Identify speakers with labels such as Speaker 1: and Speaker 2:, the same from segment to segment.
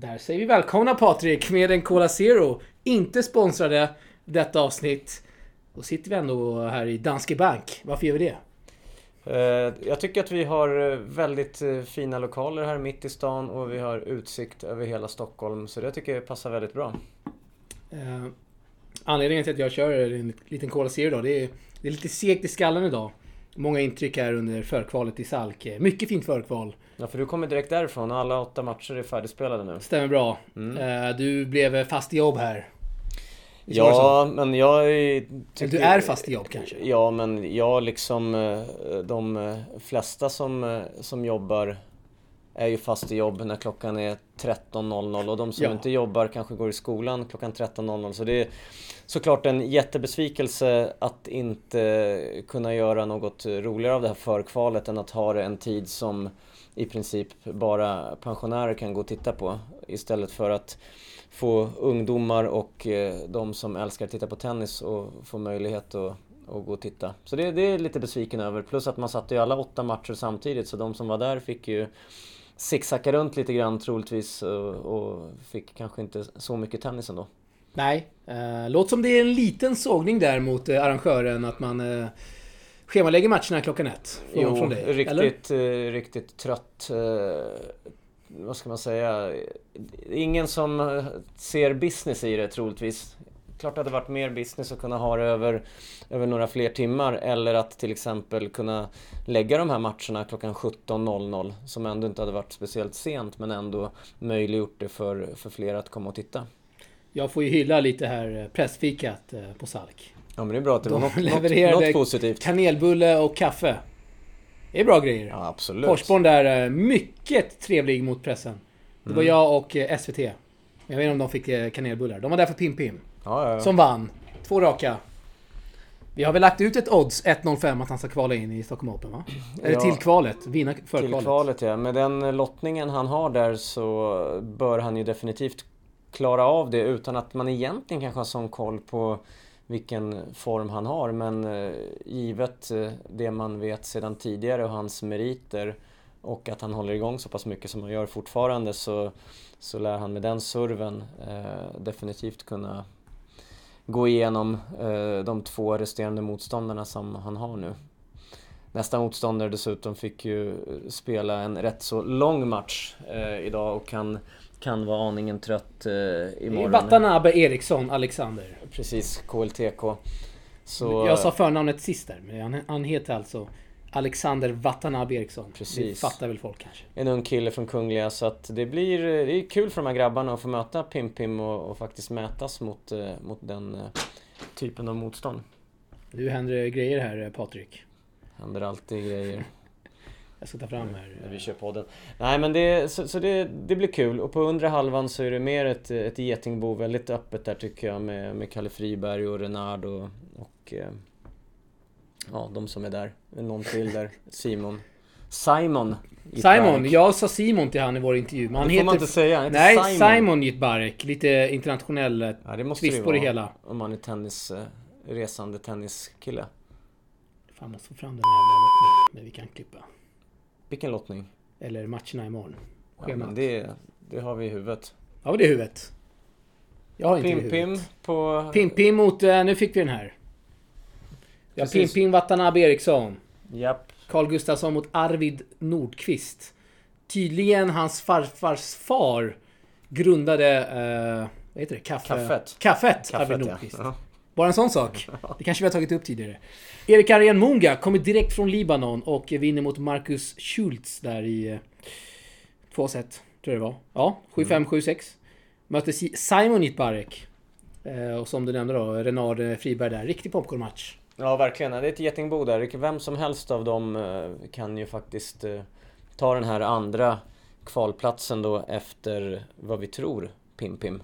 Speaker 1: Där säger vi välkomna Patrik med en Cola Zero. Inte sponsrade detta avsnitt. Då sitter vi ändå här i Danske Bank. Varför gör vi det?
Speaker 2: Jag tycker att vi har väldigt fina lokaler här mitt i stan och vi har utsikt över hela Stockholm. Så det tycker jag passar väldigt bra.
Speaker 1: Anledningen till att jag kör en liten Cola Zero idag, det är lite segt i skallen idag. Många intryck här under förkvalet i Salk. Mycket fint förkval.
Speaker 2: Ja, för du kommer direkt därifrån och alla 8 matcher är färdigspelade nu.
Speaker 1: Stämmer bra. Du blev fast i jobb här.
Speaker 2: Ja, men jag
Speaker 1: tycker... Du är fast i jobb kanske?
Speaker 2: Ja, men jag liksom de flesta som jobbar är ju fast i jobb när klockan är 13.00 och de som inte jobbar kanske går i skolan klockan 13.00. Så det är såklart en jättebesvikelse att inte kunna göra något roligare av det här förkvalet än att ha det en tid som i princip bara pensionärer kan gå och titta på, istället för att få ungdomar och de som älskar att titta på tennis och få möjlighet att gå och titta. Så det är lite besviken över. Plus att man satte ju alla 8 matcher samtidigt, så de som var där fick ju zigzacka runt lite grann troligtvis och fick kanske inte så mycket tennis ändå.
Speaker 1: Nej, låt som det är en liten sågning där mot arrangören att man schemalägger matcherna klockan 1.
Speaker 2: Jo, riktigt trött. Vad ska man säga? Ingen som ser business i det troligtvis. Klart det hade varit mer business att kunna ha det över några fler timmar, eller att till exempel kunna lägga de här matcherna klockan 17.00 som ändå inte hade varit speciellt sent, men ändå möjliggjort det för fler att komma och titta.
Speaker 1: Jag får ju hylla lite här pressfikat på Salk.
Speaker 2: Ja, men det är bra att det var något positivt.
Speaker 1: Kanelbulle och kaffe. Det är bra grejer.
Speaker 2: Ja, absolut.
Speaker 1: Forsborn där, mycket trevlig mot pressen. Det var jag och SVT. Jag vet inte om de fick kanelbullar. De var där för Pim.
Speaker 2: Ja.
Speaker 1: Som vann. 2 raka. Vi har väl lagt ut ett odds 1,05 att han ska kvala in i Stockholm Open, va? Eller till kvalet. Vinna förkvalet.
Speaker 2: Till kvalet, ja. Med den lottningen han har där så bör han ju definitivt klara av det, utan att man egentligen kanske har sån koll på vilken form han har, men givet det man vet sedan tidigare och hans meriter och att han håller igång så pass mycket som han gör fortfarande, så lär han med den serven definitivt kunna gå igenom de 2 resterande motståndarna som han har nu. Nästa motståndare dessutom fick ju spela en rätt så lång match idag och kan vara aningen trött imorgon.
Speaker 1: Watanabe Eriksson Alexander.
Speaker 2: Precis, KLTK.
Speaker 1: Så... Jag sa förnamnet sist där, men han heter alltså Alexander Watanabe Eriksson.
Speaker 2: Precis.
Speaker 1: Det fattar väl folk kanske.
Speaker 2: En ung kille från Kungliga, så att det är kul för de här grabbarna att få möta Pim och faktiskt mätas mot den typen av motstånd.
Speaker 1: Du, händer det grejer här, Patrik?
Speaker 2: Händer alltid grejer.
Speaker 1: Jag ska ta fram här.
Speaker 2: När vi kör podden. Nej, men det blir kul. Och på undre halvan så är det mer ett getingbo, väldigt öppet där tycker jag, med Kalle Friberg och Renard och de som är där. Någon till där. Simon,
Speaker 1: jag sa Simon till han i vår intervju. Men
Speaker 2: det får man inte säga.
Speaker 1: Nej, Simon Gitbarek. Lite internationell twist på det hela.
Speaker 2: Om man är resande tenniskille.
Speaker 1: Fan, måste få fram den jävla lottningen. Men vi kan klippa.
Speaker 2: Vilken lottning?
Speaker 1: Eller matcherna imorgon.
Speaker 2: Ja, men det har vi i huvudet.
Speaker 1: Ja, det är huvudet. Jag har inte i huvudet.
Speaker 2: Pim på...
Speaker 1: Pim mot... nu fick vi den här. Ja, Pim Watanabe Eriksson.
Speaker 2: Japp.
Speaker 1: Carl Gustafsson mot Arvid Nordqvist. Tydligen hans farfars far grundade... vad heter det? Kaffet Arvid Nordqvist. Ja. Bara en sån sak. Det kanske vi har tagit upp tidigare. Erik Arjen Munga kommer direkt från Libanon och vinner mot Marcus Schultz där i 2 set, tror jag det var. Ja, 7-5, 7-6. Möter Simon Gitbarek. Och som du nämnde då, Renard Friberg där. Riktig popcornmatch.
Speaker 2: Ja, verkligen. Det är ett getingbo där. Vem som helst av dem kan ju faktiskt ta den här andra kvalplatsen då efter vad vi tror, Pim.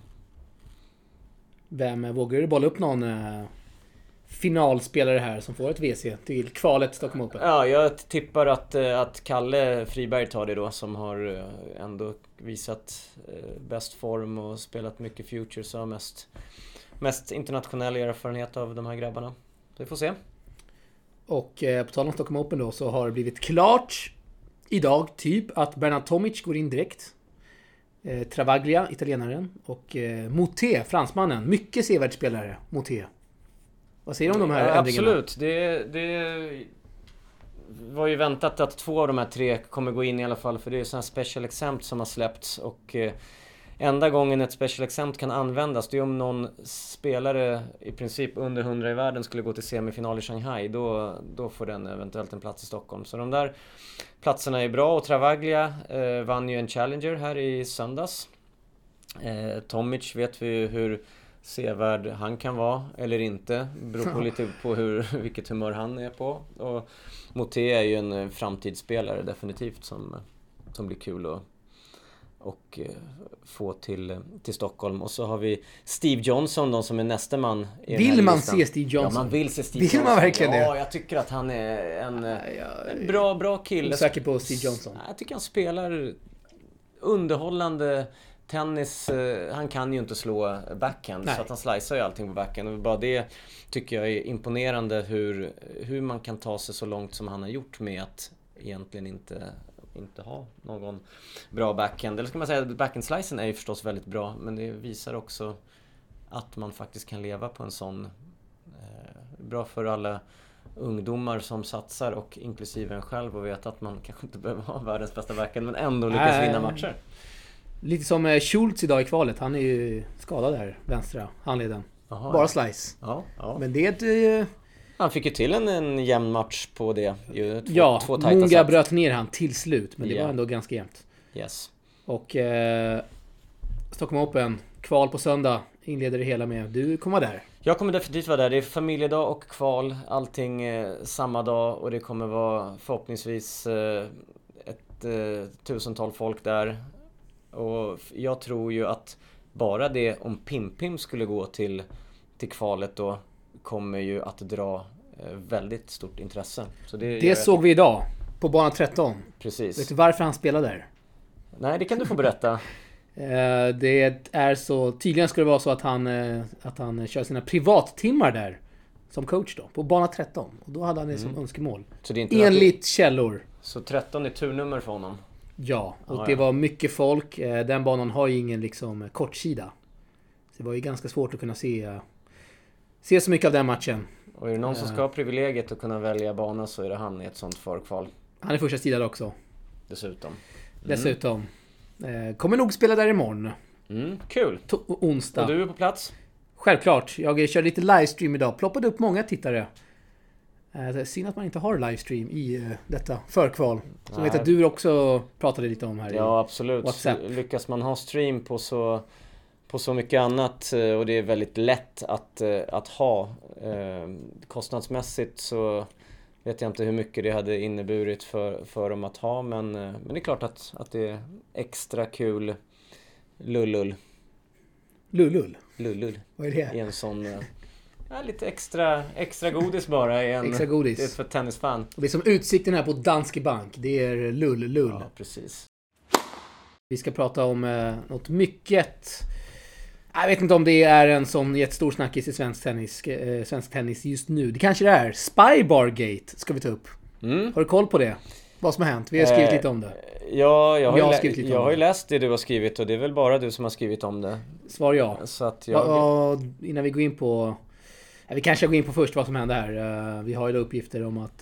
Speaker 1: Vem vågar du bolla upp någon finalspelare här som får ett WC till kvalet Stockholm Open?
Speaker 2: Ja, jag tippar att Kalle Friberg tar det då, som har ändå visat bäst form och spelat mycket futures och mest internationell erfarenhet av de här grabbarna. Så vi får se.
Speaker 1: Och på tal om Stockholm Open då, så har det blivit klart idag typ att Bernard Tomic går in direkt. Travaglia, italienaren. Och Moté, fransmannen. Mycket sevärd spelare, Moté. Vad säger du om de här ändringarna?
Speaker 2: Absolut. Det var ju väntat att 2 av de här 3 kommer gå in i alla fall. För det är ju sådana special exempt som har släppts. Och enda gången ett special exempt kan användas, det är om någon spelare i princip under 100 i världen skulle gå till semifinal i Shanghai. Då får den eventuellt en plats i Stockholm. Så de där platserna är bra. Och Travaglia vann ju en Challenger här i söndags. Tomic vet vi ju hur sevärd han kan vara eller inte. Beror på lite på vilket humör han är på. Och Moté är ju en framtidsspelare definitivt som blir kul och få till Stockholm. Och så har vi Steve Johnson då, som är nästa man i
Speaker 1: Vill man se Steve Johnson?
Speaker 2: Ja, man vill se Steve Johnson.
Speaker 1: Vill man verkligen det?
Speaker 2: Ja, jag tycker att han är en bra kille.
Speaker 1: Osäker på Steve Johnson.
Speaker 2: Jag tycker han spelar underhållande tennis. Han kan ju inte slå backhand. Nej. Så att han slicear ju allting på backhand. Och bara det tycker jag är imponerande hur man kan ta sig så långt som han har gjort med att egentligen inte ha någon bra backhand. Eller ska man säga att backhand-slicen är ju förstås väldigt bra, men det visar också att man faktiskt kan leva på en sån bra för alla ungdomar som satsar och inklusive en själv och vet att man kanske inte behöver ha världens bästa backhand men ändå lyckas vinna matcher.
Speaker 1: Lite som Schultz idag i kvalet. Han är ju skadad där, vänstra handleden.
Speaker 2: Aha,
Speaker 1: bara slice.
Speaker 2: Ja.
Speaker 1: Men det är
Speaker 2: han fick ju till en jämn match på det.
Speaker 1: Två Munga bröt ner han till slut. Men det var ändå ganska jämnt.
Speaker 2: Yes.
Speaker 1: Och Stockholm Open, kval på söndag. Inleder det hela med. Du kommer vara där.
Speaker 2: Jag kommer definitivt vara där. Det är familjedag och kval. Allting samma dag. Och det kommer vara förhoppningsvis ett 1000-tal folk där. Och jag tror ju att bara det om Pim skulle gå till kvalet då kommer ju att dra väldigt stort intresse. Så
Speaker 1: det såg vi idag på bana 13.
Speaker 2: Precis.
Speaker 1: Vet du varför han spelar där?
Speaker 2: Nej, det kan du få berätta.
Speaker 1: Det är så, tydligen ska det vara så att han kör sina privattimmar där som coach då, på bana 13. Och då hade han det som önskemål.
Speaker 2: Så det är inte
Speaker 1: enligt källor.
Speaker 2: Så 13 är turnummer för honom?
Speaker 1: Ja, och det var mycket folk. Den banan har ju ingen liksom kortsida. Så det var ju ganska svårt att kunna se så mycket av den matchen.
Speaker 2: Och är det någon som ska ha privilegiet att kunna välja bana så är det han i ett sånt förkval.
Speaker 1: Han är första sidan också.
Speaker 2: Dessutom.
Speaker 1: Kommer nog spela där imorgon.
Speaker 2: Kul.
Speaker 1: Onsdag.
Speaker 2: Och du är på plats?
Speaker 1: Självklart. Jag körde lite livestream idag. Ploppade upp många tittare. Synd att man inte har livestream i detta förkval. Som vet att du också pratade lite om här.
Speaker 2: Ja, absolut.
Speaker 1: WhatsApp.
Speaker 2: Lyckas man ha stream på så mycket annat och det är väldigt lätt att ha. Kostnadsmässigt så vet jag inte hur mycket det hade inneburit för dem att ha. Men det är klart att det är extra kul. Lullull.
Speaker 1: Vad är det?
Speaker 2: I en sån... lite extra godis bara
Speaker 1: extra godis.
Speaker 2: Det är för tennisfan.
Speaker 1: Och det är som utsikten här på Danske Bank. Det är lull.
Speaker 2: Ja, precis.
Speaker 1: Vi ska prata om något mycket... Jag vet inte om det är en sån jättestor snackis i svensk tennis just nu. Det kanske det är. Spybargate ska vi ta upp. Har du koll på det? Vad som har hänt? Vi har skrivit lite om det.
Speaker 2: Ja, jag har ju läst det du har skrivit och det är väl bara du som har skrivit om det.
Speaker 1: Svar ja.
Speaker 2: Så att
Speaker 1: innan vi går in på... Vi kanske går in på först vad som hände här. Vi har ju då uppgifter om att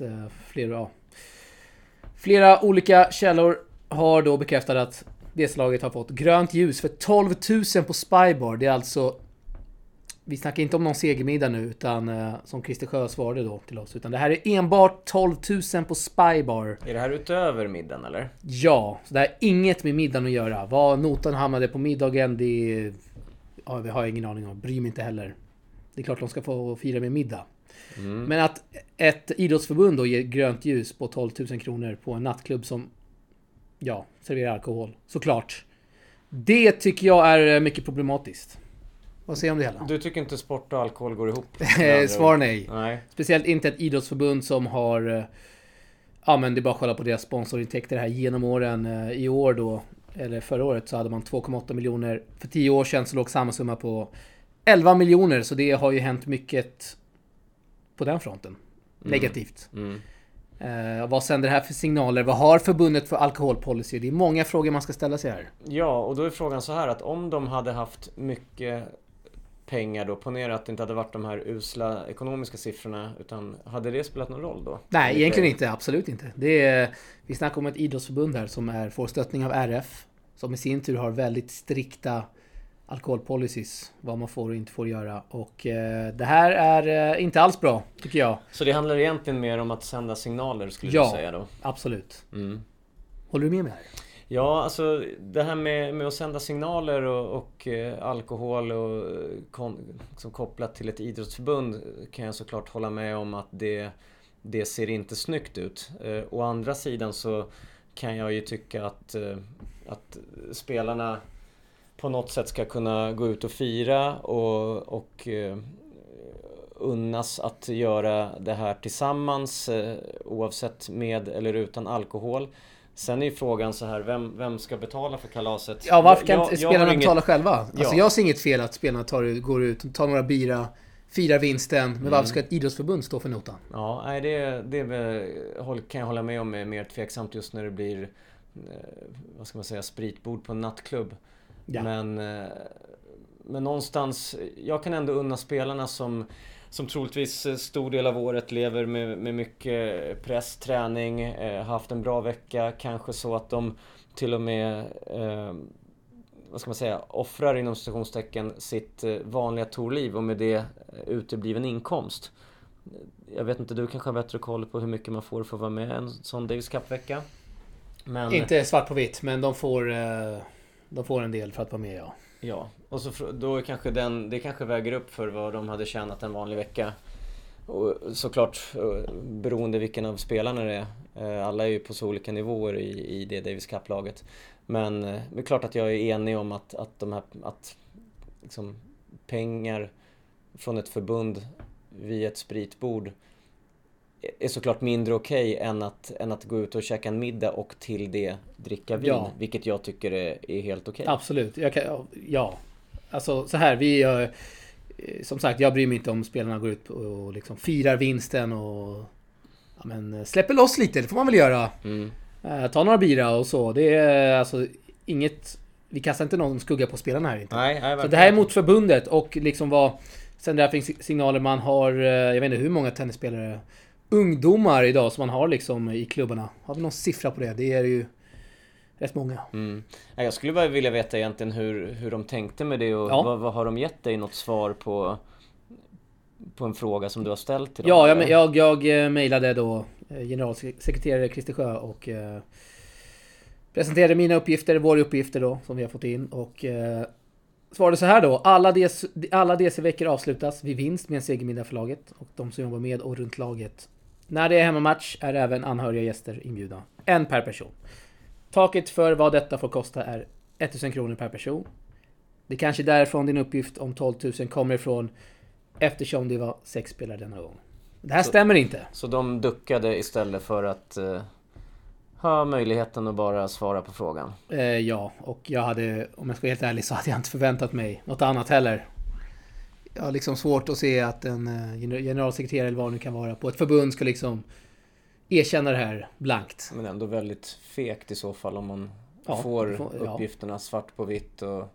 Speaker 1: flera olika källor har då bekräftat att DS-laget har fått grönt ljus för 12 000 på Spybar. Det är alltså... Vi snackar inte om någon segermiddag nu, utan som Christer Sjö svarade då till oss. Utan det här är enbart 12 000 på Spybar.
Speaker 2: Är det här utöver middagen, eller?
Speaker 1: Ja, så det här är inget med middagen att göra. Vad notan hamnade på middagen, det har jag ingen aning om. Bryr mig inte heller. Det är klart de ska få fira med middag. Men att ett idrottsförbund då ger grönt ljus på 12 000 kronor på en nattklubb som serverar alkohol. Såklart. Det tycker jag är mycket problematiskt. Vad säger du om det hela?
Speaker 2: Du tycker inte sport och alkohol går ihop?
Speaker 1: Svar nej. Speciellt inte ett idrottsförbund som har... men det är bara att kolla på deras sponsorintäkter här genom åren. I år då, eller förra året, så hade man 2,8 miljoner. För 10 år sedan så låg samma summa på 11 miljoner. Så det har ju hänt mycket på den fronten. Negativt. Vad sänder det här för signaler? Vad har förbundet för alkoholpolicy? Det är många frågor man ska ställa sig här.
Speaker 2: Ja, och då är frågan så här att om de hade haft mycket pengar då, ponera att det inte hade varit de här usla ekonomiska siffrorna, utan hade det spelat någon roll då?
Speaker 1: Nej, egentligen inte. Absolut inte. Vi snackar om ett idrottsförbund här som får stöttning av RF, som i sin tur har väldigt strikta alkoholpolicies, vad man får och inte får göra. Och det här är inte alls bra, tycker jag.
Speaker 2: Så det handlar egentligen mer om att sända signaler, skulle du säga då?
Speaker 1: Ja, absolut.
Speaker 2: Mm.
Speaker 1: Håller du med mig här?
Speaker 2: Ja, alltså det här med att sända signaler och alkohol och liksom kopplat till ett idrottsförbund kan jag såklart hålla med om att det ser inte snyggt ut. Å andra sidan så kan jag ju tycka att spelarna på något sätt ska kunna gå ut och fira och unnas att göra det här tillsammans, oavsett med eller utan alkohol. Sen är ju frågan så här, vem ska betala för kalaset?
Speaker 1: Ja, varför kan inte spelarna betala själva? Alltså jag ser inget fel att spelarna går ut och tar några bira, firar vinsten, men varför ska ett idrottsförbund stå för notan?
Speaker 2: Ja, nej, det kan jag hålla med om är mer tveksamt just när det blir, vad ska man säga, spritbord på en nattklubb. Ja. Men någonstans, jag kan ändå unna spelarna som troligtvis stor del av året lever med mycket press, träning, haft en bra vecka, kanske så att de till och med vad ska man säga, offrar inom citationstecken sitt vanliga torliv och med det utebliven inkomst. Jag vet inte, du kanske har bättre koll på hur mycket man får för att vara med en sån Davis Cup-vecka?
Speaker 1: Inte svart på vitt, men de får en del för att vara med, ja.
Speaker 2: Ja, och så då kanske det kanske väger upp för vad de hade tjänat en vanlig vecka. Och såklart beroende vilken av spelarna det är. Alla är ju på så olika nivåer i det Davis Cup-laget. Men det är klart att jag är enig om att liksom pengar från ett förbund vid ett spritbord är såklart mindre okej än att gå ut och käka en middag och till det dricka vin, vilket jag tycker är helt okej.
Speaker 1: Absolut. Alltså så här, som sagt, jag bryr mig inte om spelarna går ut och liksom firar vinsten och släpper loss lite, det får man väl göra. Ta några bira och så. Det är alltså inget, vi kastar inte någon skugga på spelarna här inte.
Speaker 2: Nej,
Speaker 1: så det här är mot förbundet och liksom vad sen där finns signaler man har, jag vet inte hur många tennisspelare, ungdomar idag som man har liksom i klubbarna. Har vi någon siffra på det? Det är ju rätt många.
Speaker 2: Jag skulle bara vilja veta egentligen hur de tänkte med det och vad har de gett dig något svar på en fråga som du har ställt till dem?
Speaker 1: Ja, jag mejlade då generalsekreterare Christer Sjö och presenterade våra uppgifter då som vi har fått in och svarade så här då: alla DC-veckor avslutas vid vinst med en segermiddag för laget och de som jobbar med och runt laget. När det är hemmamatch är även anhöriga gäster inbjudna. En per person. Taket för vad detta får kosta är 1000 kronor per person. Det kanske därifrån din uppgift om 12 000 kommer ifrån, eftersom det var 6 spelare denna gång. Det här stämmer inte.
Speaker 2: Så de duckade istället för att ha möjligheten att bara svara på frågan?
Speaker 1: Ja, och jag hade, om jag ska vara helt ärlig, så hade jag inte förväntat mig något annat heller. Jag har liksom svårt att se att en generalsekreterare eller vad nu kan vara på ett förbund ska liksom erkänna det här blankt.
Speaker 2: Men ändå väldigt fegt i så fall om man får uppgifterna svart på vitt och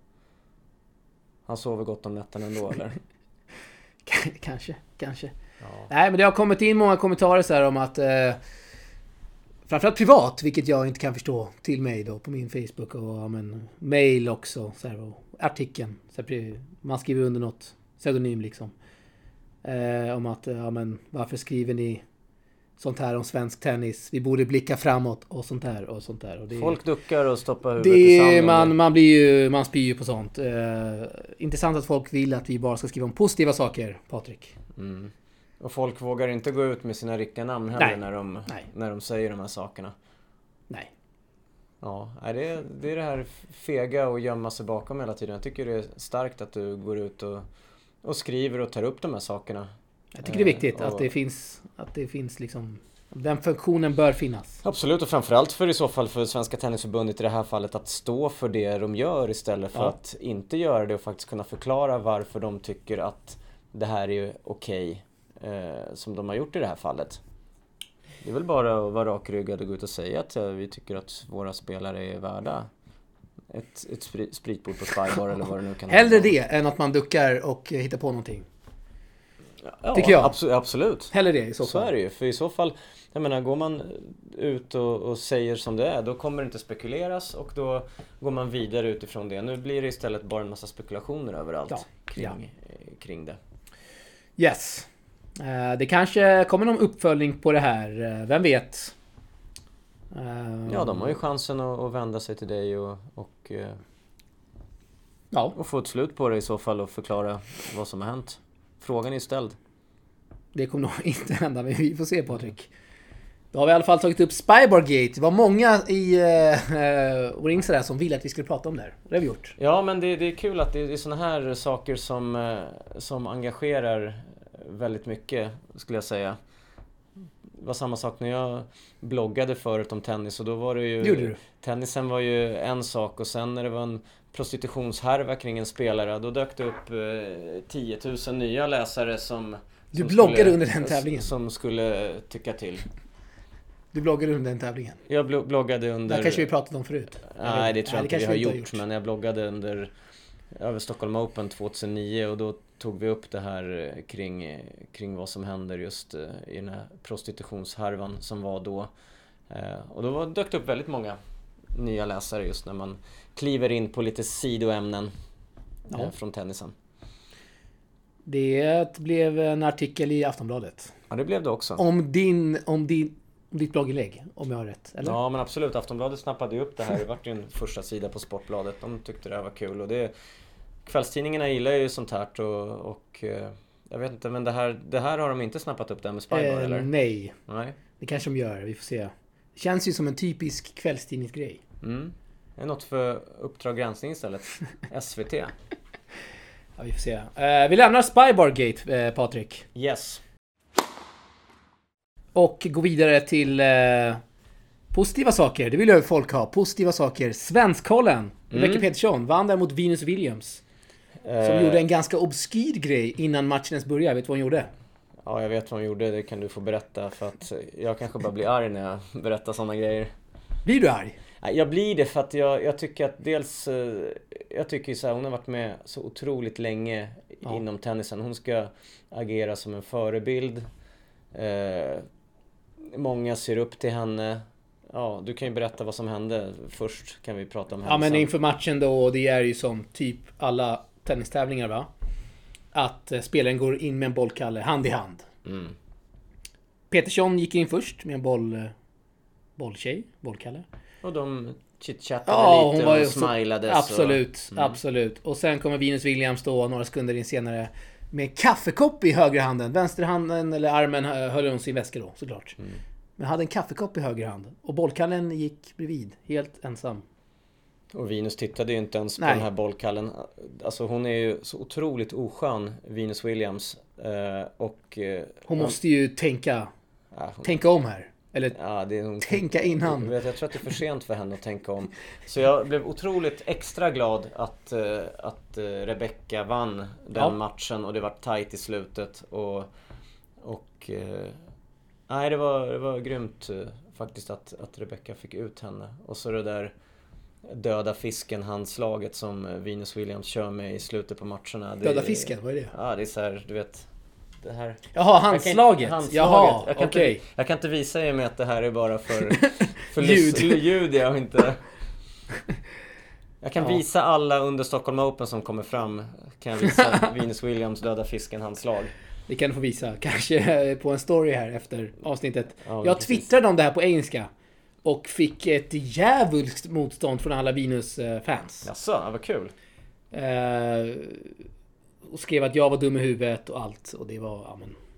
Speaker 2: han sover gott om nätterna ändå, eller?
Speaker 1: Kanske. Ja. Nej, men det har kommit in många kommentarer så här om att framförallt privat, vilket jag inte kan förstå, till mig då på min Facebook och mail också så här, och artikeln så här, man skriver under något pseudonym liksom om att varför skriver ni sånt här om svensk tennis? Vi borde blicka framåt och sånt där. Och det,
Speaker 2: folk duckar och stoppar huvudet i
Speaker 1: sanden. Man spyr ju på sånt. Intressant att folk vill att vi bara ska skriva om positiva saker, Patrik.
Speaker 2: Och folk vågar inte gå ut med sina riktiga namn heller när de säger de här sakerna.
Speaker 1: Nej.
Speaker 2: Ja, det är det här fega och gömma sig bakom hela tiden. Jag tycker det är starkt att du går ut och skriver och tar upp de här sakerna.
Speaker 1: Jag tycker det är viktigt att det finns liksom, den funktionen bör finnas.
Speaker 2: Absolut, och framförallt för i så fall för Svenska Tennisförbundet i det här fallet att stå för det de gör istället för att inte göra det och faktiskt kunna förklara varför de tycker att det här är okej som de har gjort i det här fallet. Det är väl bara att vara rakryggad och gå ut och säga att vi tycker att våra spelare är värda ett spritbord på Spybar eller vad det nu kan
Speaker 1: vara. Hellre det än att man duckar och hittar på någonting.
Speaker 2: Ja, tycker jag. Absolut.
Speaker 1: Hellre det i så fall.
Speaker 2: Så är det ju. För i så fall, jag menar, går man ut och säger som det är, då kommer det inte spekuleras och då går man vidare utifrån det. Nu blir det istället bara en massa spekulationer överallt kring det.
Speaker 1: Yes. Det kanske kommer någon uppföljning på det här. Vem vet?
Speaker 2: Ja, de har ju chansen att vända sig till dig och få ett slut på det i så fall och förklara vad som har hänt. Frågan är ställd.
Speaker 1: Det kommer nog inte hända, men vi får se, Patrik. Då har vi i alla fall tagit upp Spybargate. Det var många i Ring sådär som ville att vi skulle prata om det här. Det har vi gjort.
Speaker 2: Ja, men det är kul att det är såna här saker som engagerar väldigt mycket, skulle jag säga. Det var samma sak när jag bloggade förut om tennis och då var det ju... Tennisen var ju en sak och sen när det var en prostitutionshärva kring en spelare, då dök det upp 10 000 nya läsare som
Speaker 1: bloggade under den tävlingen?
Speaker 2: Som skulle tycka till.
Speaker 1: Du bloggade under den tävlingen?
Speaker 2: Jag bloggade under...
Speaker 1: Det kanske vi pratat om förut.
Speaker 2: Nej, det tror jag inte vi har gjort. Men jag bloggade under Stockholm Open 2009 och då tog vi upp det här kring vad som händer just i den här prostitutionshärvan som var då. Och då dök det upp väldigt många nya läsare just när man kliver in på lite sidoämnen från tennisen.
Speaker 1: Det blev en artikel i Aftonbladet.
Speaker 2: Ja, det blev det också.
Speaker 1: Om ditt blogginlägg, om jag har rätt, eller?
Speaker 2: Ja, men absolut. Aftonbladet snappade ju upp det här. Det var ju en första sida på Sportbladet. De tyckte det var kul. Och kvällstidningarna gillar ju sånt här. Och jag vet inte, men det här har de inte snappat upp där med Spybar, eller?
Speaker 1: Nej.
Speaker 2: Nej.
Speaker 1: Det kanske de gör, vi får se. Det känns ju som en typisk kvällstidningsgrej.
Speaker 2: Mm. Det är något för Uppdrag granskning istället. SVT.
Speaker 1: Ja, vi får se. Vi lämnar Spybargate, Patrik.
Speaker 2: Yes.
Speaker 1: Och går vidare till positiva saker. Det vill ju folk ha. Positiva saker. Svenskkollen. Rebecca Petersson vann där mot Venus Williams. Som gjorde en ganska obskyr grej innan matchen ens började. Vet du vad hon gjorde?
Speaker 2: Ja, jag vet vad hon gjorde. Det kan du få berätta. För att jag kanske bara blir arg när jag berättar sådana grejer.
Speaker 1: Blir du arg?
Speaker 2: Jag blir det för att jag tycker att dels... Jag tycker så här, hon har varit med så otroligt länge inom tennisen. Hon ska agera som en förebild. Många ser upp till henne. Ja, du kan ju berätta vad som hände. Först kan vi prata om henne.
Speaker 1: Ja, men inför matchen då, det är ju som typ alla tennistävlingar, va? Att spelaren går in med en bollkalle hand i hand.
Speaker 2: Mm.
Speaker 1: Petersson gick in först med en bollkalle.
Speaker 2: Och de chitchattade lite och smilades.
Speaker 1: Absolut, absolut. Och sen kommer Venus Williams då några sekunder in senare med kaffekopp i högra handen. Vänsterhanden eller armen höll hon sin väska då, såklart. Men hade en kaffekopp i höger hand. Och bollkallen gick bredvid, helt ensam.
Speaker 2: Och Venus tittade ju inte ens på den här bollkallen. Alltså hon är ju så otroligt oskön, Venus Williams.
Speaker 1: Hon måste ju tänka om här. Eller tänka innan.
Speaker 2: Jag tror att det är för sent för henne att tänka om. Så jag blev otroligt extra glad att Rebecca vann den matchen. Och det var tajt i slutet. Det var grymt faktiskt att Rebecca fick ut henne. Och så det där döda fisken handslaget som Venus Williams kör med i slutet på matcherna.
Speaker 1: Döda fisken, vad är det?
Speaker 2: Ja, det är så här, du vet... Det här.
Speaker 1: Jaha, handslaget. Jaha, okej.
Speaker 2: Jag kan inte visa er med att det här är bara för ljud. Jag inte... Jag kan visa alla under Stockholm Open som kommer fram. Kan jag visa Venus Williams döda fisken handslag.
Speaker 1: Det kan du få visa. Kanske på en story här efter avsnittet. Jag twittrade om det här på engelska. Och fick ett jävligt motstånd från alla Venus-fans.
Speaker 2: Jaså, vad kul.
Speaker 1: Och skrev att jag var dum i huvudet och allt. Och det var,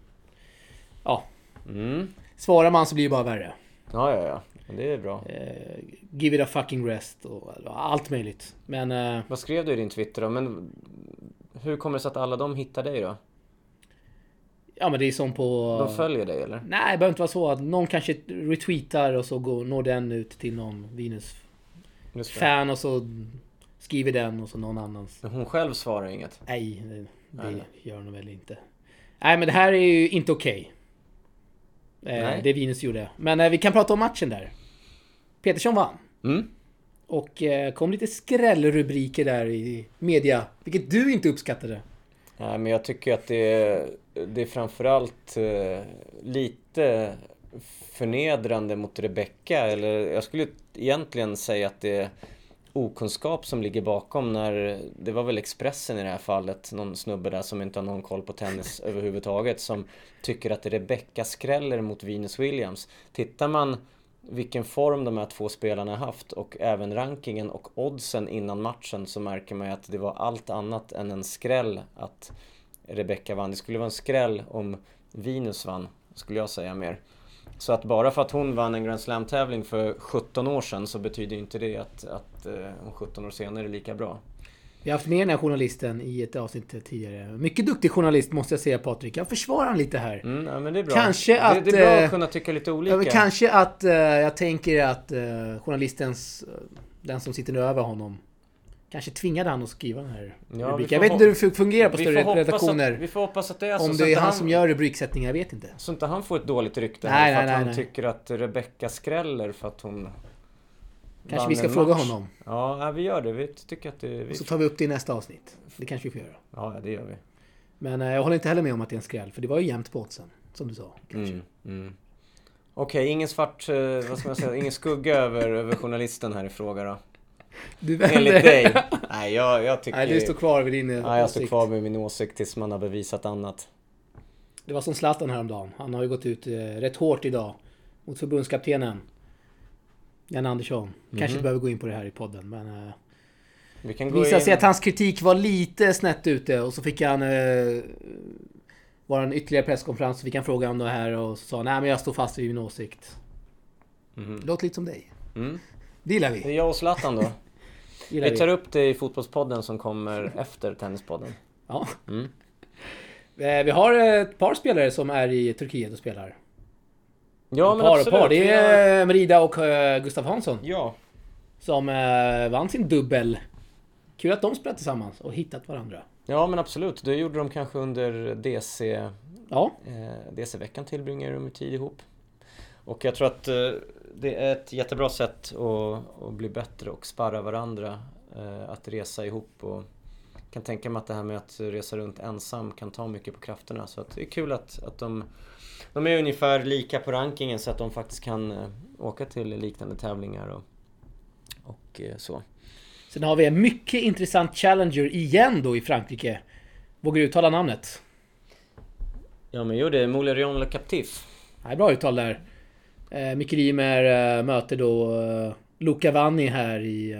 Speaker 1: Svarar man så blir det bara värre.
Speaker 2: Ja. Det är bra.
Speaker 1: Give it a fucking rest och allt möjligt. Men...
Speaker 2: Vad skrev du i din Twitter då? Men hur kommer det sig att alla de hittar dig då?
Speaker 1: Ja, men det är som på...
Speaker 2: De följer dig, eller?
Speaker 1: Nej, det behöver inte vara så. Att någon kanske retweetar och så når den ut till någon Venus-fan och så skriver den och så någon annans.
Speaker 2: Men hon själv svarar inget?
Speaker 1: Nej, det gör hon väl inte. Nej, men det här är ju inte okej. Det Venus gjorde. Men vi kan prata om matchen där. Petersson vann. Och kom lite skrällrubriker där i media, vilket du inte uppskattade.
Speaker 2: Nej, men jag tycker att det är framförallt lite förnedrande mot Rebecca. Eller jag skulle egentligen säga att det är okunskap som ligger bakom. När det var väl Expressen i det här fallet, någon snubbe där som inte har någon koll på tennis överhuvudtaget, som tycker att Rebecca skräller mot Venus Williams. Tittar man vilken form de här två spelarna har haft och även rankingen och oddsen innan matchen, så märker man att det var allt annat än en skräll att Rebecca vann. Det skulle vara en skräll om Venus vann, skulle jag säga mer. Så att bara för att hon vann en Grand Slam-tävling för 17 år sedan, så betyder inte det att hon 17 år senare är lika bra.
Speaker 1: Vi har haft med den här journalisten i ett avsnitt tidigare. Mycket duktig journalist, måste jag säga, Patrik. Jag försvarar han lite här.
Speaker 2: Ja, men det är bra.
Speaker 1: Kanske att,
Speaker 2: det är bra att kunna tycka lite olika.
Speaker 1: Kanske att jag tänker att journalistens, den som sitter över honom, kanske tvingade han att skriva den här rubriken. Jag vet inte hur det fungerar på större redaktioner.
Speaker 2: Vi får hoppas att det är så.
Speaker 1: Om det är han som gör rubriksättningen, jag vet inte.
Speaker 2: Så inte han får ett dåligt rykte.
Speaker 1: Nej,
Speaker 2: för att han tycker att Rebecca skräller för att hon...
Speaker 1: Kanske vi ska fråga honom.
Speaker 2: Ja, vi gör det. Vi tycker att det...
Speaker 1: Och så tar vi upp det i nästa avsnitt. Det kanske vi får göra.
Speaker 2: Ja, det gör vi.
Speaker 1: Men jag håller inte heller med om att det är en skräll. För det var ju jämnt på oddsen, som du sa.
Speaker 2: Okej, ingen svart... vad ska man säga? Ingen skugga över journalisten här i fråga då.
Speaker 1: Enligt
Speaker 2: dig. Nej, jag tycker...
Speaker 1: Nej, du står kvar vid din åsikt.
Speaker 2: Ja, jag står kvar med min åsikt tills man har bevisat annat.
Speaker 1: Det var som Zlatan häromdagen. Han har ju gått ut rätt hårt idag mot förbundskaptenen Jan Andersson. Kanske inte behöver gå in på det här i podden, men
Speaker 2: vi kan
Speaker 1: visade sig att hans kritik var lite snett ute, och så fick han vara en ytterligare presskonferens, så fick han fråga om det här, och så sa nej, men jag står fast vid min åsikt. Det låter lite som dig. Det gillar vi.
Speaker 2: Det är jag och Zlatan då. Vi tar upp det i fotbollspodden som kommer efter tennispodden.
Speaker 1: Ja. Vi har ett par spelare som är i Turkiet och spelar.
Speaker 2: Ja, men absolut.
Speaker 1: Det är Merida och Gustav Hansson.
Speaker 2: Ja.
Speaker 1: Som vann sin dubbel. Kul att de spelar tillsammans och hittat varandra.
Speaker 2: Ja, men absolut. Det gjorde de kanske under DC.
Speaker 1: Ja.
Speaker 2: DC-veckan tillbringar de tid ihop. Och jag tror att det är ett jättebra sätt att bli bättre och sparra varandra. Att resa ihop, och kan tänka mig att det här med att resa runt ensam kan ta mycket på krafterna. Så att det är kul att de är ungefär lika på rankingen, så att de faktiskt kan åka till liknande tävlingar och så.
Speaker 1: Sen har vi en mycket intressant challenger igen då i Frankrike. Vågar du uttala namnet?
Speaker 2: Ja, men det är Moulin Le Captif.
Speaker 1: Nej, bra uttal där. Micke Riemer möter då Luca Vanni här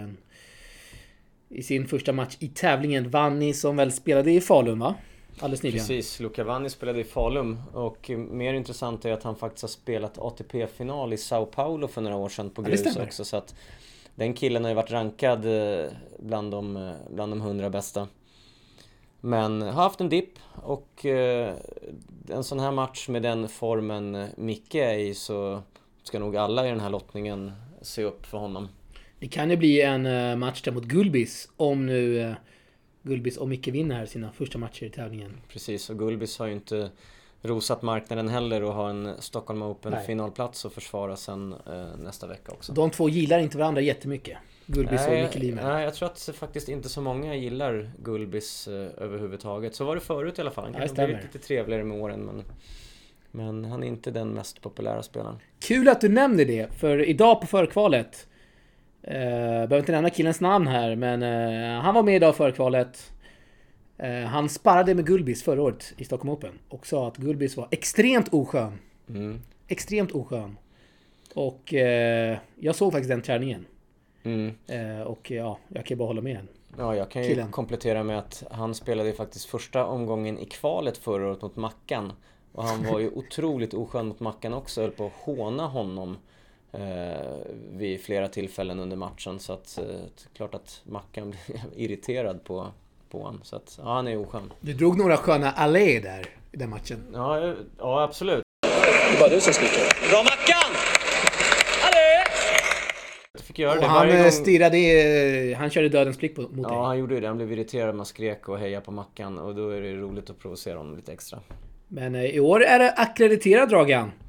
Speaker 1: i sin första match i tävlingen. Vanni som väl spelade i Falun, va? Alldeles nyligen.
Speaker 2: Precis, Luca Vanni spelade i Falun, och mer intressant är att han faktiskt har spelat ATP-final i Sao Paulo för några år sedan på grus också, så att den killen har ju varit rankad bland de 100 bästa. Men har haft en dipp, och en sån här match med den formen Micke är i, så ska nog alla i den här lottningen se upp för honom.
Speaker 1: Det kan ju bli en match där mot Gulbis, om nu Gulbis och Micke vinner här sina första matcher i tävlingen.
Speaker 2: Precis, och Gulbis har ju inte rosat marknaden heller och har en Stockholm Open finalplats att försvara sen nästa vecka också.
Speaker 1: De två gillar inte varandra jättemycket, Gulbis och Micke Riemer.
Speaker 2: Nej, jag tror att faktiskt inte så många gillar Gulbis överhuvudtaget. Så var det förut i alla fall. Han kan ha blivit lite trevligare med åren, men han är inte den mest populära spelaren.
Speaker 1: Kul att du nämnde det, för idag på förkvalet, behöver inte nämna killens namn här, men han var med idag på förkvalet. Han sparrade med Gulbis förra året i Stockholm Open och sa att Gulbis var extremt oskön. Extremt oskön. Och jag såg faktiskt den träningen. Och ja, jag kan bara hålla med.
Speaker 2: Ja, jag kan ju komplettera med att han spelade faktiskt första omgången i kvalet förra året mot Mackan. Och han var ju otroligt oskön mot Mackan också, höll på att håna honom vid flera tillfällen under matchen. Så att klart att Mackan blev irriterad på honom. Så att ja, han är oskön.
Speaker 1: Du drog några sköna allé där i den matchen.
Speaker 2: Ja, absolut.
Speaker 1: Det var du som skriker.
Speaker 2: Bra Mackan! Allé! Jag fick göra det
Speaker 1: han gång... stirrade, han körde dödens blick mot dig.
Speaker 2: Ja, han gjorde det. Han blev irriterad, man skrek och hejade på Mackan. Och då är det roligt att provocera honom lite extra.
Speaker 1: Men i år är det ackrediterad Dragan.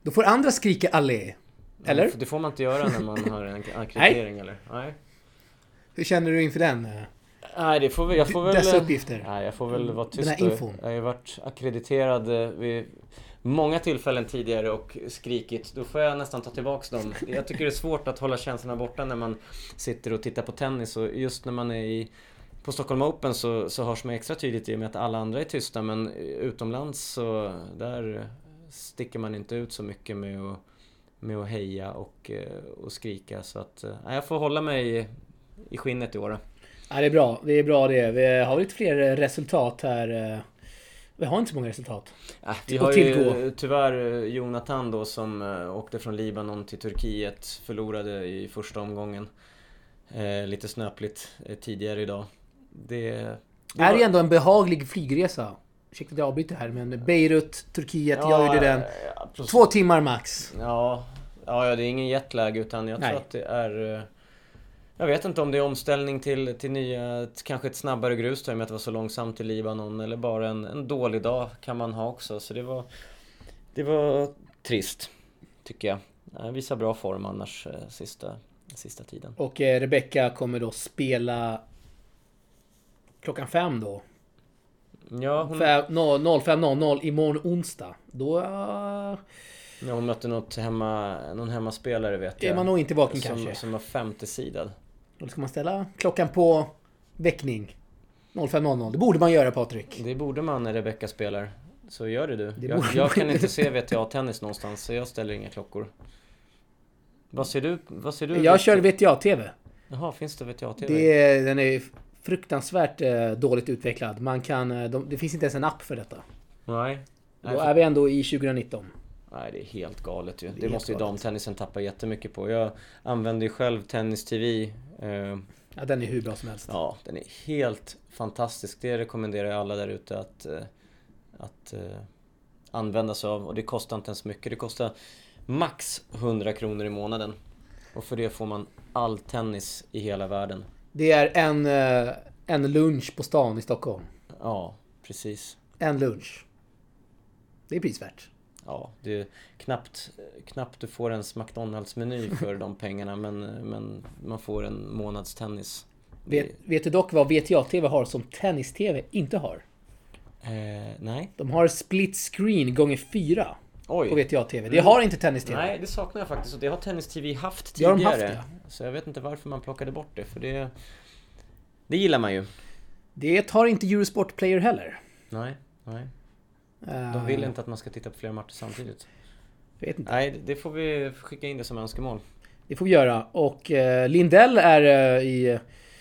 Speaker 1: Då får andra skrika allé. Eller?
Speaker 2: Det får man inte göra när man har en akkreditering, eller? Nej.
Speaker 1: Hur känner du inför den?
Speaker 2: Nej, jag får väl...
Speaker 1: Dessa uppgifter.
Speaker 2: Nej, jag får väl vara tyst.
Speaker 1: Den här infon.
Speaker 2: Jag har ju varit akkrediterad vid många tillfällen tidigare och skrikit. Då får jag nästan ta tillbaks dem. Jag tycker det är svårt att hålla känslorna borta när man sitter och tittar på tennis. Och just när man är på Stockholm Open så hörs man extra tydligt i och med att alla andra är tysta. Men utomlands så där sticker man inte ut så mycket med att heja och skrika. Så att jag får hålla mig i skinnet i år.
Speaker 1: Ja, det är bra. Det är bra det. Vi har lite fler resultat här. Vi har inte så många resultat.
Speaker 2: Vi har ju tyvärr Jonathan då som åkte från Libanon till Turkiet. Förlorade i första omgången. Lite snöpligt tidigare idag. Det
Speaker 1: är ju ändå en behaglig flygresa. Ursäkta att jag avbryter här, men Beirut, Turkiet, jag gjorde den 2 timmar max.
Speaker 2: Ja, det är ingen jetlag utan jag tror att det är... Jag vet inte om det är omställning till nya, kanske ett snabbare grus med att det var så långsamt i Libanon, eller bara en dålig dag kan man ha också. Så det var trist, tycker jag. Jag visar bra form annars sista tiden.
Speaker 1: Och Rebecca kommer då spela klockan 5 då.
Speaker 2: Ja,
Speaker 1: 05.00 imorgon onsdag. Då...
Speaker 2: Ja, hon mötte någon hemmaspelare, vet jag.
Speaker 1: Är man nog inte vaken kanske.
Speaker 2: Som var 50-sidad.
Speaker 1: Då ska man ställa klockan på väckning. 05.00. Det borde man göra, Patrik.
Speaker 2: Det borde man när Rebecca spelar. Så gör det du. Jag kan inte se VTA-tennis någonstans, så jag ställer inga klockor. Vad ser du?
Speaker 1: Jag kör VTA-TV.
Speaker 2: Jaha, finns det VTA-TV?
Speaker 1: Den är fruktansvärt dåligt utvecklad. Det finns inte ens en app för detta.
Speaker 2: Nej.
Speaker 1: Då är vi ändå i 2019.
Speaker 2: Nej, det är helt galet ju. Det måste ju damtennisen tappa jättemycket på. Jag använder ju själv tennis-tv.
Speaker 1: Ja, den är hur bra som helst.
Speaker 2: Ja, den är helt fantastisk. Det rekommenderar jag alla där ute att använda sig av. Och det kostar inte ens mycket. Det kostar max 100 kronor i månaden. Och för det får man all tennis i hela världen. Det
Speaker 1: är en lunch på stan i Stockholm.
Speaker 2: Ja, precis.
Speaker 1: En lunch. Det är prisvärt.
Speaker 2: Ja, det är knappt du får en McDonalds-meny för de pengarna, men man får en månads tennis.
Speaker 1: Vet du dock vad VTA-TV har som tennis-TV inte har?
Speaker 2: Nej.
Speaker 1: De har split screen gånger 4
Speaker 2: på
Speaker 1: VTA-TV. Det har inte tennis-TV.
Speaker 2: Nej, det saknar jag faktiskt. Och det har tennis-TV haft tidigare.
Speaker 1: Det har de haft, ja.
Speaker 2: Så jag vet inte varför man plockade bort det, för det gillar man ju.
Speaker 1: Det tar inte Eurosport Player heller.
Speaker 2: Nej. De vill inte att man ska titta på flera matcher samtidigt.
Speaker 1: Jag vet inte.
Speaker 2: Nej, det får vi skicka in det som önskemål.
Speaker 1: Det får vi göra. Och Lindell är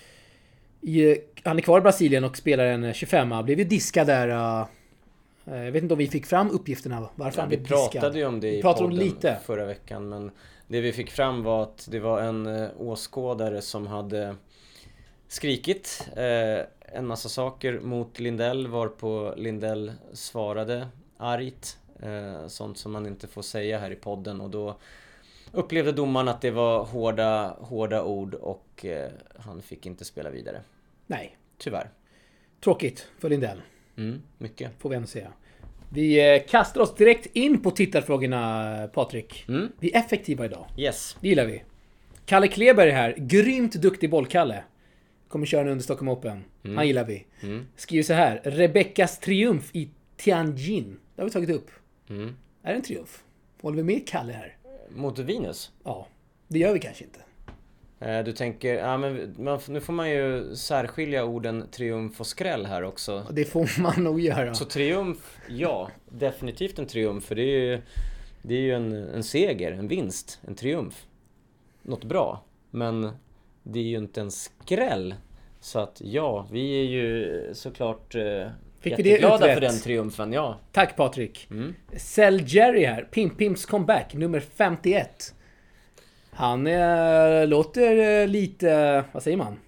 Speaker 1: han är kvar i Brasilien och spelar en 25a. Blev ju diskad där. Jag vet inte om vi fick fram uppgifterna. Varför han blev diskad. Vi
Speaker 2: pratade ju om det i podden lite förra veckan. Men det vi fick fram var att det var en åskådare som hade skrikit en massa saker mot Lindell, varpå Lindell svarade argt, sånt som man inte får säga här i podden, och då upplevde domaren att det var hårda ord och han fick inte spela vidare.
Speaker 1: Nej.
Speaker 2: Tyvärr.
Speaker 1: Tråkigt för Lindell.
Speaker 2: Mycket.
Speaker 1: Får vi ändå säga. Vi kastar oss direkt in på tittarfrågorna, Patrik. Vi är effektiva idag.
Speaker 2: Yes.
Speaker 1: Det gillar vi. Kalle Kleber är här. Grymt duktig bollkalle. Kommer köra under Stockholm Open. Han gillar vi. Skriver så här. Rebeckas triumf i Tianjin. Det har vi tagit upp. Är det en triumf? Håller vi med Kalle här?
Speaker 2: Mot Venus?
Speaker 1: Ja, det gör vi kanske inte.
Speaker 2: Du tänker, nu får man ju särskilja orden triumf och skräll här också.
Speaker 1: Det får man nog göra.
Speaker 2: Så triumf, ja, definitivt en triumf. För det är ju en seger, en vinst, en triumf. Något bra. Men det är ju inte en skräll. Så att ja, vi är ju såklart jätteglada för den triumfen, ja.
Speaker 1: Tack Patrik. Sell Jerry här, Pimps comeback, nummer 51. Han låter lite, vad säger man?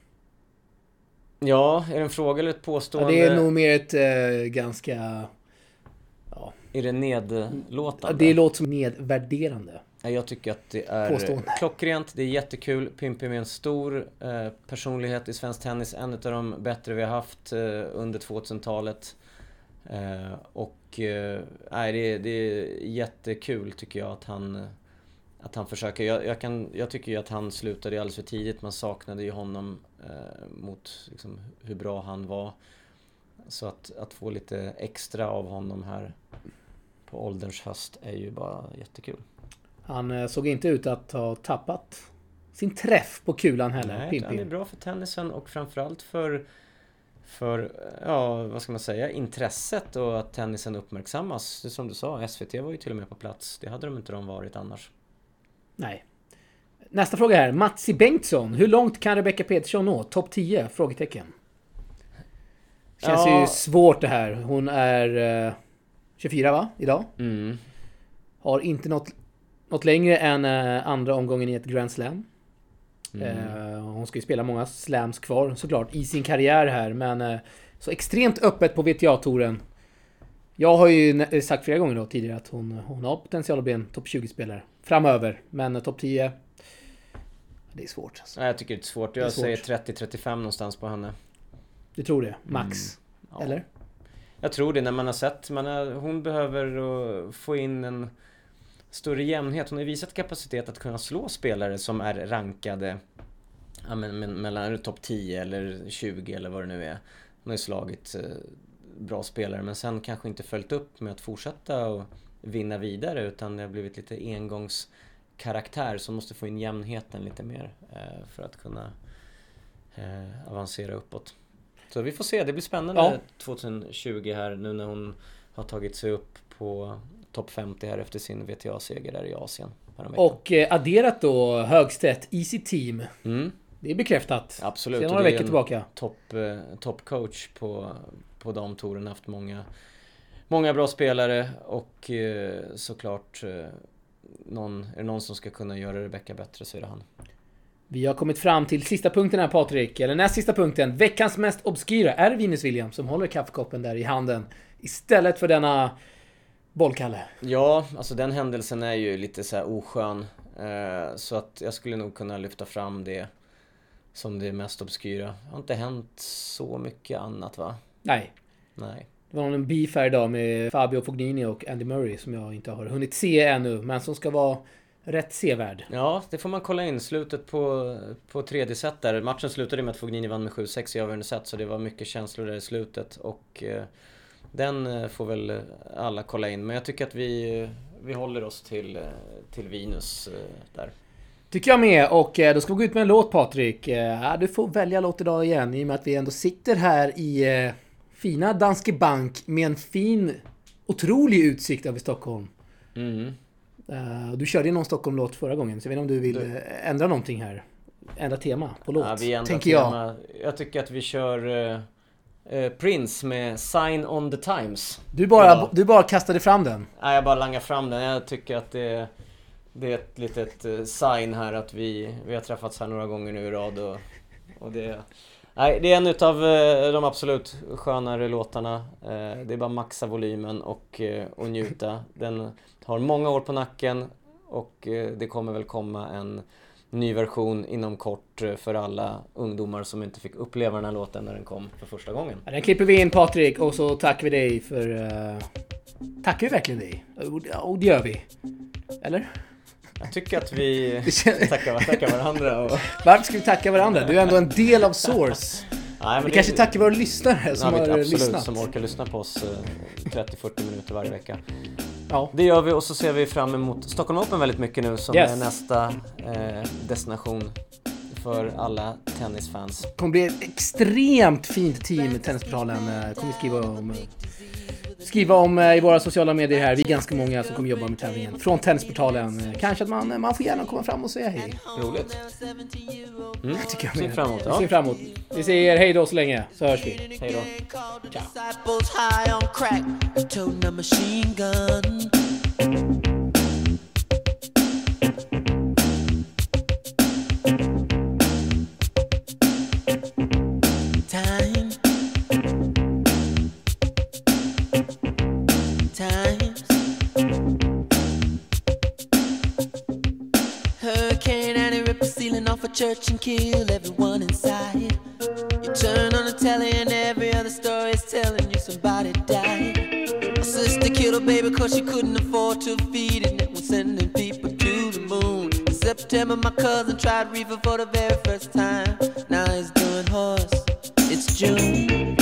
Speaker 2: Ja, är det en fråga eller ett påstående?
Speaker 1: Ja, det är nog mer ett ganska... Ja.
Speaker 2: Är det nedlåtande?
Speaker 1: Ja, det låter som nedvärderande.
Speaker 2: Jag tycker att det är klockrent, det är jättekul. Pimpi med en stor personlighet i svensk tennis. En av de bättre vi har haft under 2000-talet. Det är jättekul tycker jag att han försöker. Jag tycker ju att han slutade alldeles för tidigt. Man saknade ju honom mot liksom, hur bra han var. Så att få lite extra av honom här på ålderns höst är ju bara jättekul. Han
Speaker 1: såg inte ut att ha tappat sin träff på kulan heller.
Speaker 2: Nej, han är bra för tennisen och framförallt för vad ska man säga, intresset och att tennisen uppmärksammas. Det som du sa, SVT var ju till och med på plats. Det hade de inte varit annars.
Speaker 1: Nej. Nästa fråga här. Matsi Bengtsson. Hur långt kan Rebecca Petersson nå? Topp 10? Frågetecken. Känns ju svårt det här. Hon är 24 va? Idag. Har inte något längre än andra omgången i ett Grand Slam. Hon ska ju spela många slams kvar såklart i sin karriär här. Men så extremt öppet på WTA-touren. Jag har ju sagt flera gånger då tidigare att hon har potential att bli en topp 20-spelare framöver. Men topp 10, det är svårt. Alltså.
Speaker 2: Jag tycker det är svårt. Jag säger 30-35 någonstans på henne.
Speaker 1: Du tror det? Max?
Speaker 2: Ja.
Speaker 1: Eller?
Speaker 2: Jag tror det när man har sett. Hon behöver få in en större jämnhet. Hon har visat kapacitet att kunna slå spelare som är rankade mellan topp 10 eller 20 eller vad det nu är. Hon har ju slagit bra spelare men sen kanske inte följt upp med att fortsätta och vinna vidare utan det har blivit lite engångskaraktär som måste få in jämnheten lite mer för att kunna avancera uppåt. Så vi får se, det blir spännande 2020 här nu när hon har tagit sig upp på topp 50 här efter sin WTA-seger där i Asien.
Speaker 1: Och adderat då Högstedt Easy Team. Det är bekräftat.
Speaker 2: Absolut.
Speaker 1: Sen några veckor tillbaka.
Speaker 2: Top coach på de touren, haft många bra spelare och såklart är det någon som ska kunna göra Rebecca bättre så är det han.
Speaker 1: Vi har kommit fram till sista punkten här Patrik, eller näst sista punkten. Veckans mest obskyra är Venus Williams som håller kaffekoppen där i handen istället för denna bollkalle.
Speaker 2: Ja, alltså den händelsen är ju lite så här oskön så att jag skulle nog kunna lyfta fram det som det mest obskyra. Det har inte hänt så mycket annat va?
Speaker 1: Nej. Det var en beef här idag med Fabio Fognini och Andy Murray som jag inte har hunnit se ännu men som ska vara rätt sevärd.
Speaker 2: Ja, det får man kolla in. Slutet på tredje set där. Matchen slutade med att Fognini vann med 7-6 i avgörande set så det var mycket känslor där i slutet och den får väl alla kolla in. Men jag tycker att vi håller oss till Venus där.
Speaker 1: Tycker jag med och då ska vi gå ut med en låt Patrik. Du får välja låt idag igen i och med att vi ändå sitter här i fina Danske Bank med en fin, otrolig utsikt över Stockholm. Du körde ju någon Stockholm-låt förra gången så jag vet inte om du vill ändra någonting här. Ändra tema på låt,
Speaker 2: ja, vi ändrar tema. Jag tycker att vi kör Prince med Sign on the Times.
Speaker 1: Du bara kastade fram den?
Speaker 2: Nej, jag bara langar fram den. Jag tycker att det är ett litet sign här att vi har träffats här några gånger nu i rad och det är en utav de absolut skönare låtarna. Det är bara maxa volymen och njuta. Den har många år på nacken och det kommer väl komma en ny version inom kort för alla ungdomar som inte fick uppleva den här låten när den kom för första gången.
Speaker 1: Ja, den klipper vi in Patrik och så tackar vi dig för... Tackar vi verkligen dig? Och det gör vi. Eller?
Speaker 2: Jag tycker att vi tackar varandra.
Speaker 1: Varför ska vi tacka varandra? Du är ändå en del av Source.
Speaker 2: Nej, men
Speaker 1: vi kanske tackar våra lyssnare som har lyssnat.
Speaker 2: Som orkar lyssna på oss 30-40 minuter varje vecka.
Speaker 1: Ja.
Speaker 2: Det gör vi och så ser vi fram emot Stockholm Open väldigt mycket nu som är nästa destination för alla tennisfans.
Speaker 1: Det kommer bli ett extremt fint team i Tennisportalen. Kommer skriva om i våra sociala medier här. Vi är ganska många som kommer jobba med tävlingen från Tennisportalen. Kanske att man får gärna komma fram och säga hej.
Speaker 2: Roligt.
Speaker 1: Tycker jag med.
Speaker 2: Ser fram emot.
Speaker 1: Vi säger hej då så länge så hörs vi.
Speaker 2: Hej då.
Speaker 3: Church and kill everyone inside. You turn on the telly and every other story is telling you somebody died. 'cause she couldn't afford to feed it. And was sending people to the moon. In September, my cousin tried reefer for the very first time. Now he's doing horse. It's June.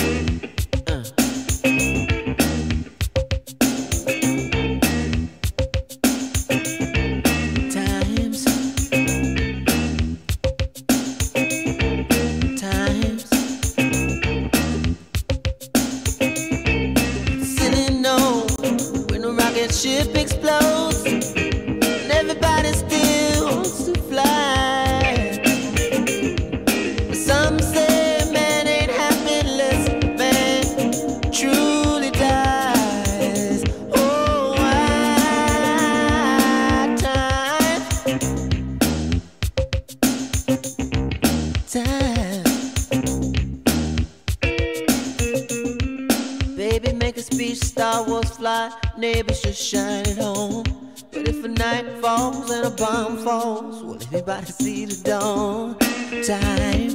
Speaker 3: Ship explodes and everybody still wants to fly. But some say man ain't happy unless man truly dies. Oh, time. Baby, make a speech, Star Wars fly. Neighbors just shine it home. But if a night falls and a bomb falls, will everybody see the dawn? Time.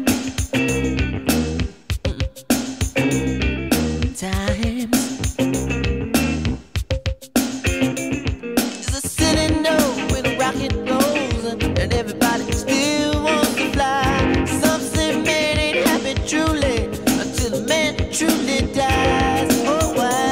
Speaker 3: Times. Just a silly note when a rocket goes and everybody still wants to fly. Some say man ain't happy truly until a man truly dies. Oh, why?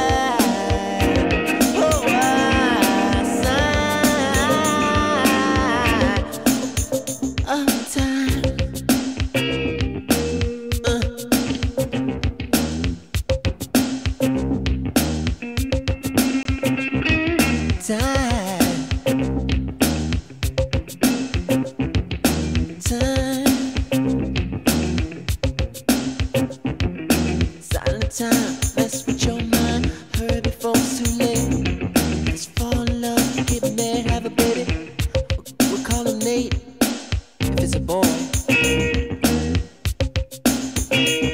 Speaker 3: Time, mess with your mind, hurry before it's too late. Let's fall in love, get married, have a baby. We'll call him Nate, if it's a boy.